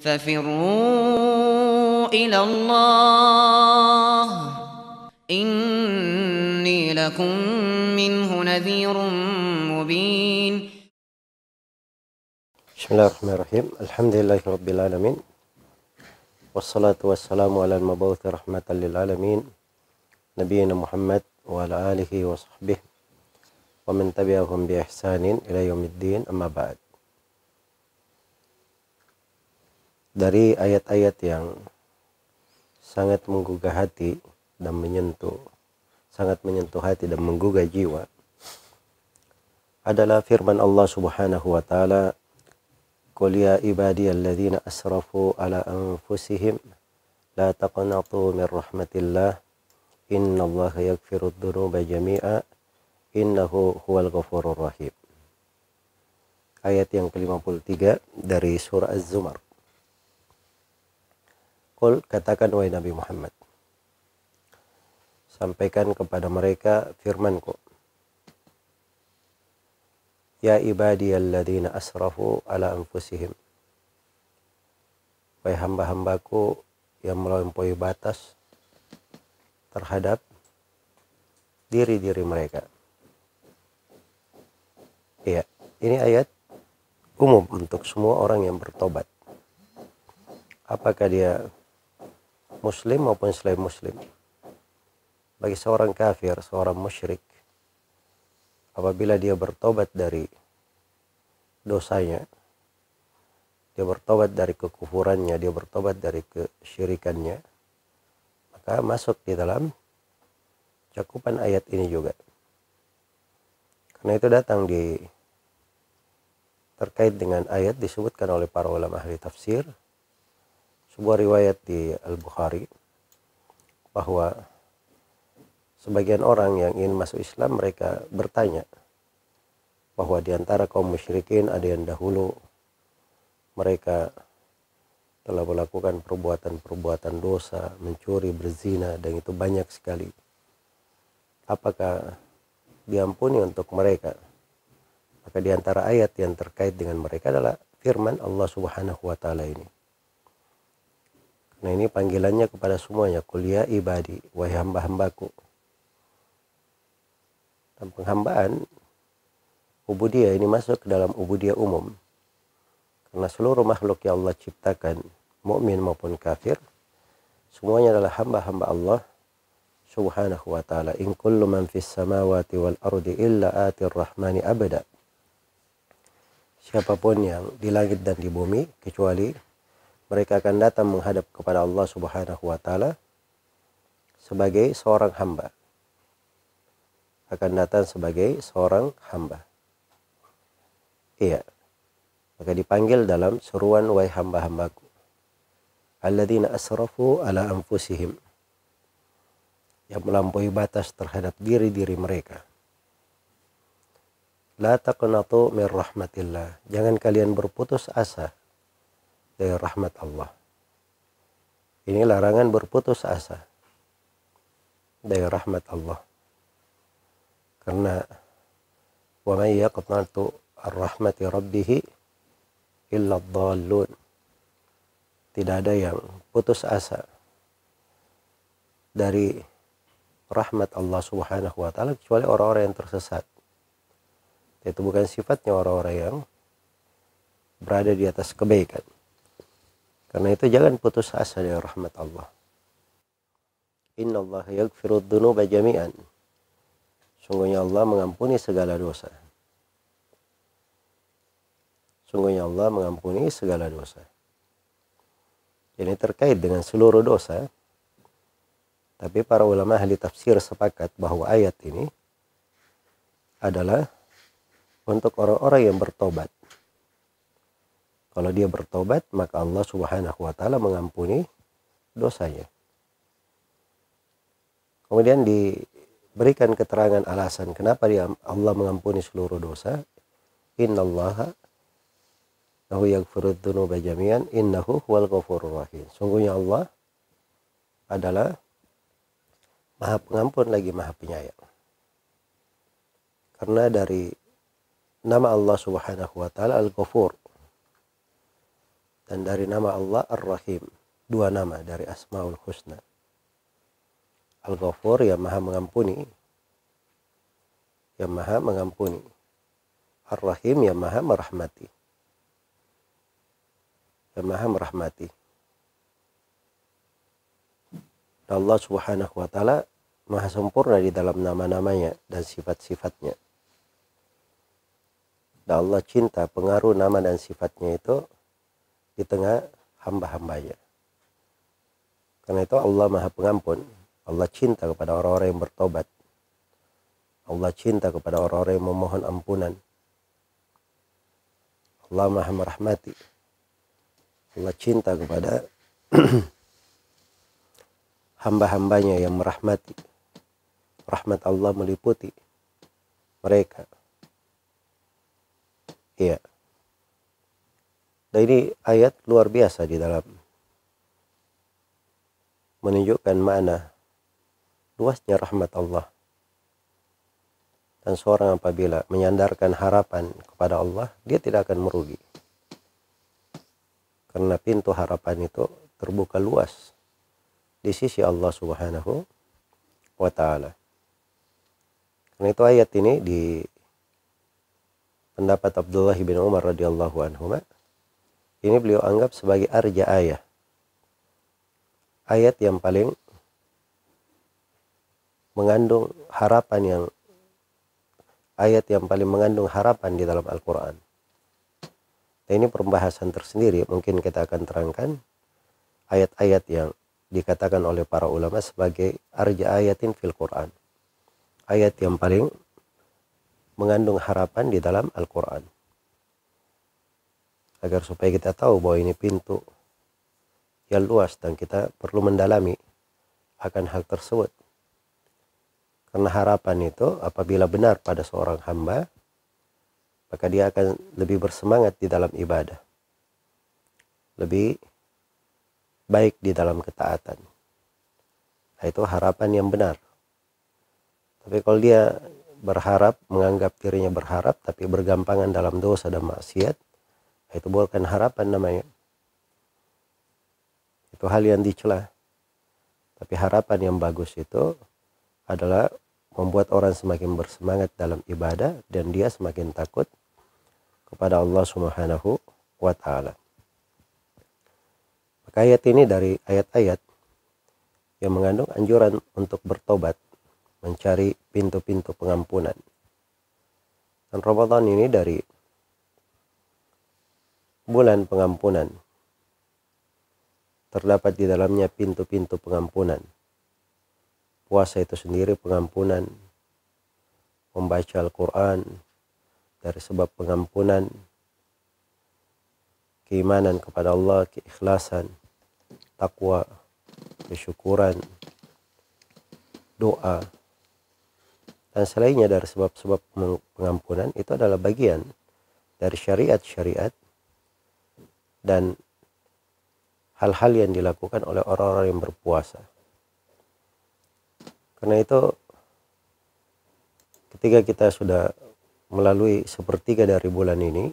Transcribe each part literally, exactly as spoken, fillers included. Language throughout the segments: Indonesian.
ففروا إلى الله إني لكم منه نذير مبين. Bismillahirrahmanirrahim. Alhamdulillahirabbil alamin. Wassalatu wassalamu ala al-mab'uts rahmatan lil alamin. Nabiyina Muhammad wa ala alihi wa sahbihi wa man tabi'ahum bi ihsanin ila yaumiddin, amma ba'd. Dari ayat-ayat yang sangat menggugah hati dan menyentuh, sangat menyentuh hati dan menggugah jiwa adalah firman Allah Subhanahu wa taala, "Qul ya ibadiyalladzina asrafu ala anfusihim la taqnatu min rahmatillah innallaha yaghfirudz dzunuba jami'a innahu huwal ghafurur rahim." Ayat yang ke lima puluh tiga dari surah Az-Zumar. Qul, katakan wahai Nabi Muhammad, sampaikan kepada mereka firmanku, ya ibadiyalladzina asrafu ala anfusihim, wahai hamba-hambaku yang melampaui batas terhadap diri-diri mereka. Iya, ini ayat umum untuk semua orang yang bertobat, apakah dia muslim maupun selain muslim. Bagi seorang kafir, seorang musyrik, apabila dia bertobat dari dosanya, dia bertobat dari kekufurannya, dia bertobat dari kesyirikannya, maka masuk di dalam cakupan ayat ini juga. Karena itu datang di terkait dengan ayat disebutkan oleh para ulama ahli tafsir, sebuah riwayat di Al-Bukhari, bahwa sebagian orang yang ingin masuk Islam, mereka bertanya bahwa di antara kaum musyrikin ada yang dahulu mereka telah melakukan perbuatan-perbuatan dosa, mencuri, berzina, dan itu banyak sekali. Apakah diampuni untuk mereka? Maka di antara ayat yang terkait dengan mereka adalah firman Allah Subhanahu wa taala ini. Nah, ini panggilannya kepada semuanya, qul ya ibadi, wahai hamba-hambaku. Dan penghambaan, ubudiyah ini masuk ke dalam ubudiyah umum. Karena seluruh makhluk yang Allah ciptakan, mukmin maupun kafir, semuanya adalah hamba-hamba Allah Subhanahu wa taala. In kullu man fis samawati wal ardi illa atir rahmani abada. Siapapun yang di langit dan di bumi, kecuali mereka akan datang menghadap kepada Allah Subhanahu wa taala sebagai seorang hamba. Akan datang sebagai seorang hamba. Iya. Maka dipanggil dalam seruan, wahai hamba-hambaku, alladzina asrafu ala anfusihim, yang melampaui batas terhadap diri-diri mereka. La taqnatu min rahmatillah, jangan kalian berputus asa dari rahmat Allah. Ini larangan berputus asa dari rahmat Allah. Karena wa may yaqnatu ar-rahmati rabbih illa ad-dallun. Tidak ada yang putus asa dari rahmat Allah Subhanahu wa taala kecuali orang-orang yang tersesat. Itu bukan sifatnya orang-orang yang berada di atas kebaikan. Karena itu jangan putus asa dari rahmat Allah. Innallaha yaghfirudz dzunuba jami'an. Sungguhnya Allah mengampuni segala dosa. Sungguhnya Allah mengampuni segala dosa. Ini terkait dengan seluruh dosa. Tapi para ulama ahli tafsir sepakat bahwa ayat ini adalah untuk orang-orang yang bertobat. Kalau dia bertobat, maka Allah Subhanahu wa taala mengampuni dosanya. Kemudian diberikan keterangan alasan kenapa dia Allah mengampuni seluruh dosa. Innallaha lahu yaghfirudz dzunuba jami'an innahu huwal ghafurur rahim. Sungguhnya Allah adalah Maha Pengampun lagi Maha Penyayang. Karena dari nama Allah Subhanahu wa taala Al-Ghafur, dan dari nama Allah Ar-Rahim, dua nama dari Asmaul Husna. Al-Ghafur yang maha mengampuni, yang maha mengampuni. Ar-Rahim yang maha merahmati, yang maha merahmati. Allah Subhanahu wa ta'ala maha sempurna di dalam nama-namanya dan sifat-sifatnya. Dan Allah cinta pengaruh nama dan sifatnya itu di tengah hamba-hambanya. Karena itu Allah maha pengampun. Allah cinta kepada orang-orang yang bertobat. Allah cinta kepada orang-orang yang memohon ampunan. Allah maha merahmati. Allah cinta kepada hamba-hambanya yang merahmati. Rahmat Allah meliputi mereka. Iya. Dan ini ayat luar biasa di dalam menunjukkan makna luasnya rahmat Allah. Dan seorang apabila menyandarkan harapan kepada Allah, dia tidak akan merugi. Karena pintu harapan itu terbuka luas di sisi Allah Subhanahu wa ta'ala. Karena itu ayat ini di pendapat Abdullah bin Umar radhiyallahu anhu, ini beliau anggap sebagai arja ayat. Ayat yang paling mengandung harapan yang ayat yang paling mengandung harapan di dalam Al-Quran. Dan ini pembahasan tersendiri, mungkin kita akan terangkan ayat-ayat yang dikatakan oleh para ulama sebagai arja ayatin fil Quran. Ayat yang paling mengandung harapan di dalam Al-Quran. Agar supaya kita tahu bahwa ini pintu yang luas dan kita perlu mendalami akan hal tersebut. Karena harapan itu apabila benar pada seorang hamba, maka dia akan lebih bersemangat di dalam ibadah. Lebih baik di dalam ketaatan. Nah, itu harapan yang benar. Tapi kalau dia berharap, menganggap dirinya berharap, tapi bergampangan dalam dosa dan maksiat, itu bukan harapan namanya. Itu hal yang dicela. Tapi harapan yang bagus itu adalah membuat orang semakin bersemangat dalam ibadah dan dia semakin takut kepada Allah Subhanahu wa ta'ala. Maka ayat ini dari ayat-ayat yang mengandung anjuran untuk bertobat, mencari pintu-pintu pengampunan. Dan Ramadan ini dari bulan pengampunan. Terdapat di dalamnya pintu-pintu pengampunan. Puasa itu sendiri pengampunan. Membaca Al-Quran dari sebab pengampunan. Keimanan kepada Allah, keikhlasan, takwa, kesyukuran, doa, dan selainnya dari sebab-sebab pengampunan itu adalah bagian dari syariat-syariat dan hal-hal yang dilakukan oleh orang-orang yang berpuasa. Karena itu ketika kita sudah melalui sepertiga dari bulan ini,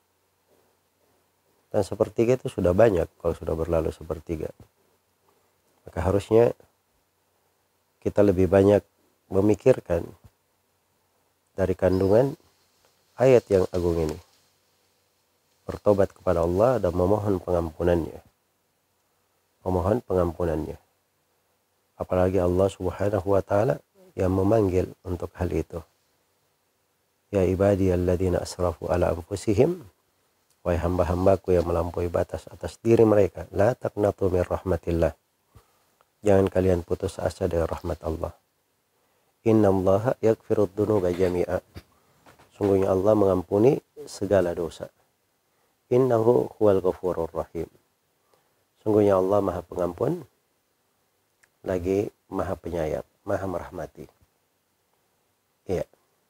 dan sepertiga itu sudah banyak kalau sudah berlalu sepertiga, maka harusnya kita lebih banyak memikirkan dari kandungan ayat yang agung ini. Bertobat kepada Allah dan memohon pengampunannya. Memohon pengampunannya. Apalagi Allah Subhanahu wa ta'ala yang memanggil untuk hal itu. Ya ibadiyalladzina asrafu ala anfusihim, wahai hamba-hambaku yang melampaui batas atas diri mereka, la taqnatu min rahmatillah. Jangan kalian putus asa dari rahmat Allah. Innallaha yaghfirud dzunuba jami'a. Sungguhnya Allah mengampuni segala dosa. Innahu huwal ghafurur rahim. Sungguhnya Allah Maha Pengampun lagi Maha Penyayang, Maha Merahmati. Iya.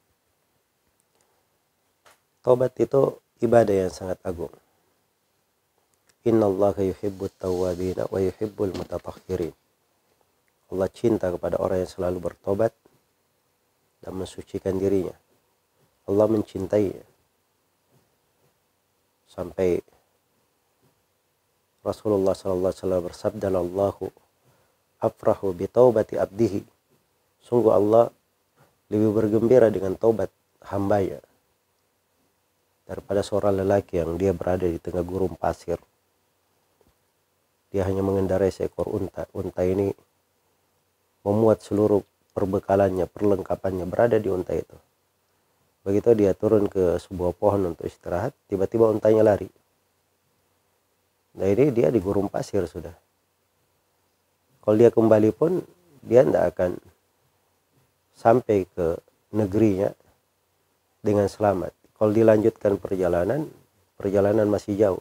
Taubat itu ibadah yang sangat agung. Innallaha yuhibbut tawwabina wa yuhibbul mutatahhirin. Allah cinta kepada orang yang selalu bertobat dan mensucikan dirinya. Allah mencintainya. Sampai Rasulullah sallallahu alaihi wasallam bersabda, "Allahu afrahu bi taubati abdihi." Sungguh Allah lebih bergembira dengan taubat hambanya daripada seorang lelaki yang dia berada di tengah gurun pasir. Dia hanya mengendarai seekor unta. Unta ini memuat seluruh perbekalannya, perlengkapannya berada di unta itu. Begitu dia turun ke sebuah pohon untuk istirahat, tiba-tiba untanya lari. Nah ini dia di gurun pasir sudah. Kalau dia kembali pun dia tidak akan sampai ke negerinya dengan selamat. Kalau dilanjutkan perjalanan, perjalanan masih jauh.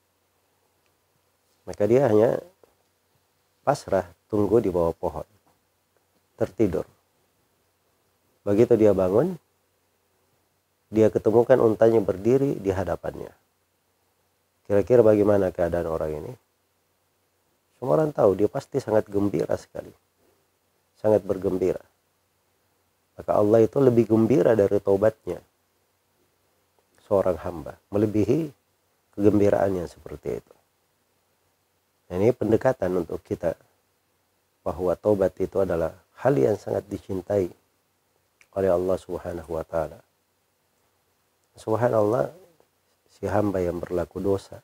Maka dia hanya pasrah, tunggu di bawah pohon, tertidur. Begitu dia bangun, dia ketemukan untanya berdiri di hadapannya. Kira-kira bagaimana keadaan orang ini? Semua orang tahu dia pasti sangat gembira sekali. Sangat bergembira. Maka Allah itu lebih gembira dari taubatnya seorang hamba, melebihi kegembiraan yang seperti itu. Nah, ini pendekatan untuk kita bahwa taubat itu adalah hal yang sangat dicintai oleh Allah Subhanahu wa taala. Subhanallah, si hamba yang berlaku dosa,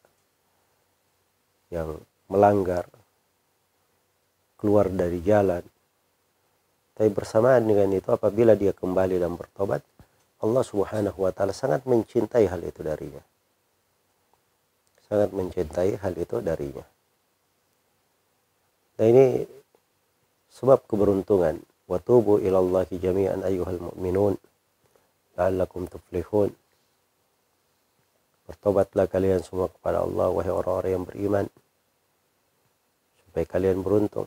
yang melanggar, keluar dari jalan, tapi bersamaan dengan itu apabila dia kembali dan bertobat, Allah Subhanahu wa taala sangat mencintai hal itu darinya. Sangat mencintai hal itu darinya. Nah ini sebab keberuntungan. Wa tubu ilallahi jami'an ayyuhal mu'minun la'allakum tuflihun. Bertobatlah kalian semua kepada Allah, wahai orang-orang yang beriman, supaya kalian beruntung.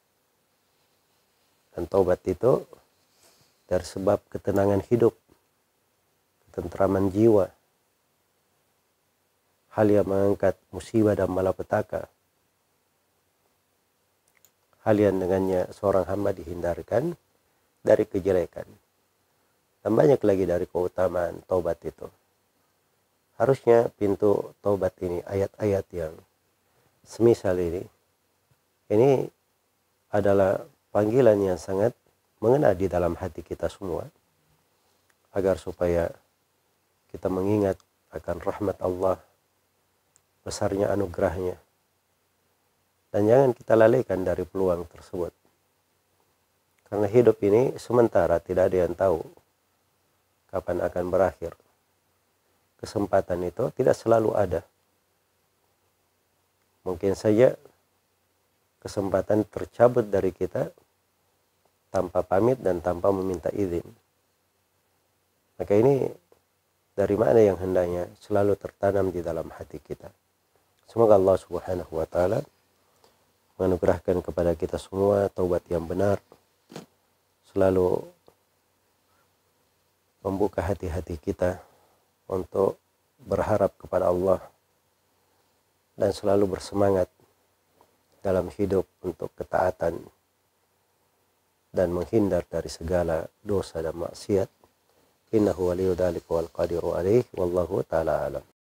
Dan taubat itu dari sebab ketenangan hidup, ketentraman jiwa, hal yang mengangkat musibah dan malapetaka, hal yang dengannya seorang hamba dihindarkan dari kejelekan. Dan banyak lagi dari keutamaan taubat itu. Harusnya pintu taubat ini, ayat-ayat yang semisal ini, ini adalah panggilan yang sangat mengena di dalam hati kita semua, agar supaya kita mengingat akan rahmat Allah, besarnya anugerahnya, dan jangan kita lalaikan dari peluang tersebut. Karena hidup ini sementara, tidak ada yang tahu kapan akan berakhir. Kesempatan itu tidak selalu ada. Mungkin saja kesempatan tercabut dari kita tanpa pamit dan tanpa meminta izin. Maka ini dari mana yang hendaknya selalu tertanam di dalam hati kita. Semoga Allah Subhanahu wa taala menganugerahkan kepada kita semua taubat yang benar, selalu membuka hati-hati kita untuk berharap kepada Allah, dan selalu bersemangat dalam hidup untuk ketaatan dan menghindar dari segala dosa dan maksiat. Innahu waliyyu dzalika wal qadiru alaih, wallahu taala alam.